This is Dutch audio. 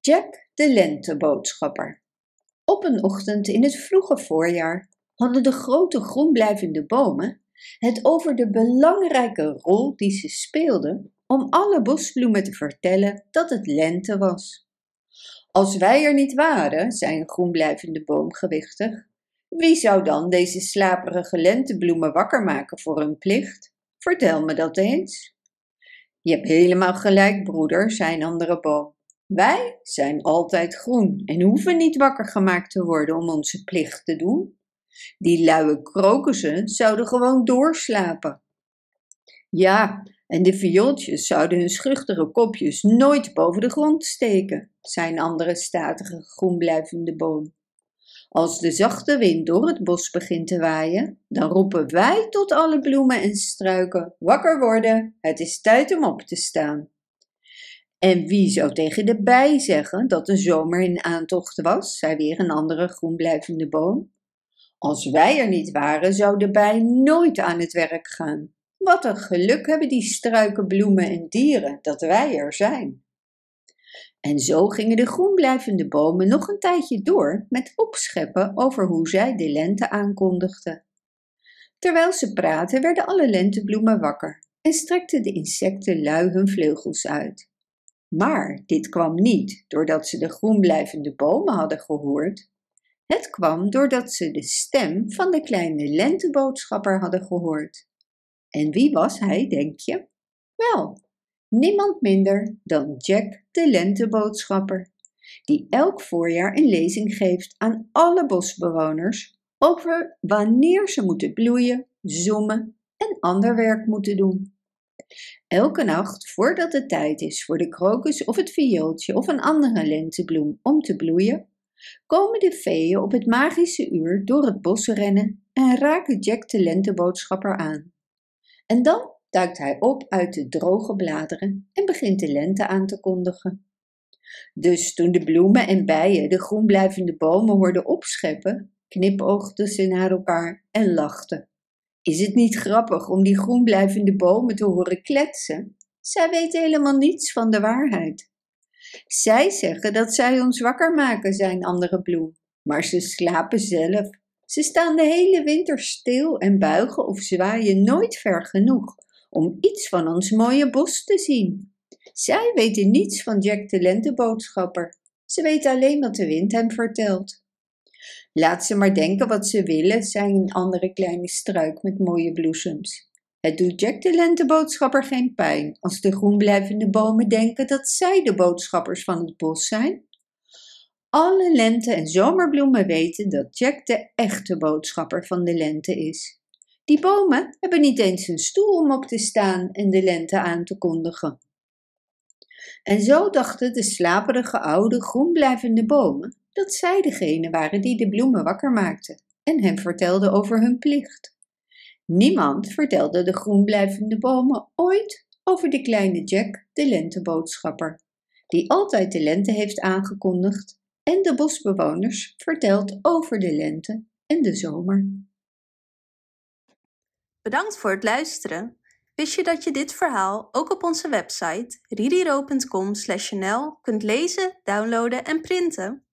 Jack de lenteboodschapper. Op een ochtend in het vroege voorjaar hadden de grote groenblijvende bomen het over de belangrijke rol die ze speelden om alle bosbloemen te vertellen dat het lente was. Als wij er niet waren, zei een groenblijvende boom gewichtig, wie zou dan deze slaperige lentebloemen wakker maken voor hun plicht? Vertel me dat eens. Je hebt helemaal gelijk, broeder, zei een andere boom. Wij zijn altijd groen en hoeven niet wakker gemaakt te worden om onze plicht te doen. Die luie krokussen zouden gewoon doorslapen. Ja, en de viooltjes zouden hun schuchtere kopjes nooit boven de grond steken, zei een andere statige groenblijvende boom. Als de zachte wind door het bos begint te waaien, dan roepen wij tot alle bloemen en struiken: wakker worden, het is tijd om op te staan. En wie zou tegen de bij zeggen dat de zomer in aantocht was, zei weer een andere groenblijvende boom. Als wij er niet waren, zou de bij nooit aan het werk gaan. Wat een geluk hebben die struiken, bloemen en dieren dat wij er zijn. En zo gingen de groenblijvende bomen nog een tijdje door met opscheppen over hoe zij de lente aankondigden. Terwijl ze praten werden alle lentebloemen wakker en strekten de insecten lui hun vleugels uit. Maar dit kwam niet doordat ze de groenblijvende bomen hadden gehoord. Het kwam doordat ze de stem van de kleine lenteboodschapper hadden gehoord. En wie was hij, denk je? Wel, niemand minder dan Jack de lenteboodschapper, die elk voorjaar een lezing geeft aan alle bosbewoners over wanneer ze moeten bloeien, zoemen en ander werk moeten doen. Elke nacht, voordat het tijd is voor de krokus of het viooltje of een andere lentebloem om te bloeien, komen de feeën op het magische uur door het bos rennen en raken Jack de lenteboodschapper aan. En dan duikt hij op uit de droge bladeren en begint de lente aan te kondigen. Dus toen de bloemen en bijen de groenblijvende bomen hoorden opscheppen, knipoogden ze naar elkaar en lachten. Is het niet grappig om die groenblijvende bomen te horen kletsen? Zij weten helemaal niets van de waarheid. Zij zeggen dat zij ons wakker maken, zei een andere bloem, maar ze slapen zelf. Ze staan de hele winter stil en buigen of zwaaien nooit ver genoeg om iets van ons mooie bos te zien. Zij weten niets van Jack de lenteboodschapper. Ze weten alleen wat de wind hem vertelt. Laat ze maar denken wat ze willen, zei een andere kleine struik met mooie bloesems. Het doet Jack de lenteboodschapper geen pijn als de groenblijvende bomen denken dat zij de boodschappers van het bos zijn. Alle lente- en zomerbloemen weten dat Jack de echte boodschapper van de lente is. Die bomen hebben niet eens een stoel om op te staan en de lente aan te kondigen. En zo dachten de slaperige oude groenblijvende bomen dat zij degene waren die de bloemen wakker maakten en hem vertelden over hun plicht. Niemand vertelde de groenblijvende bomen ooit over de kleine Jack de lenteboodschapper, die altijd de lente heeft aangekondigd en de bosbewoners vertelt over de lente en de zomer. Bedankt voor het luisteren. Wist je dat je dit verhaal ook op onze website ririro.com/nl kunt lezen, downloaden en printen?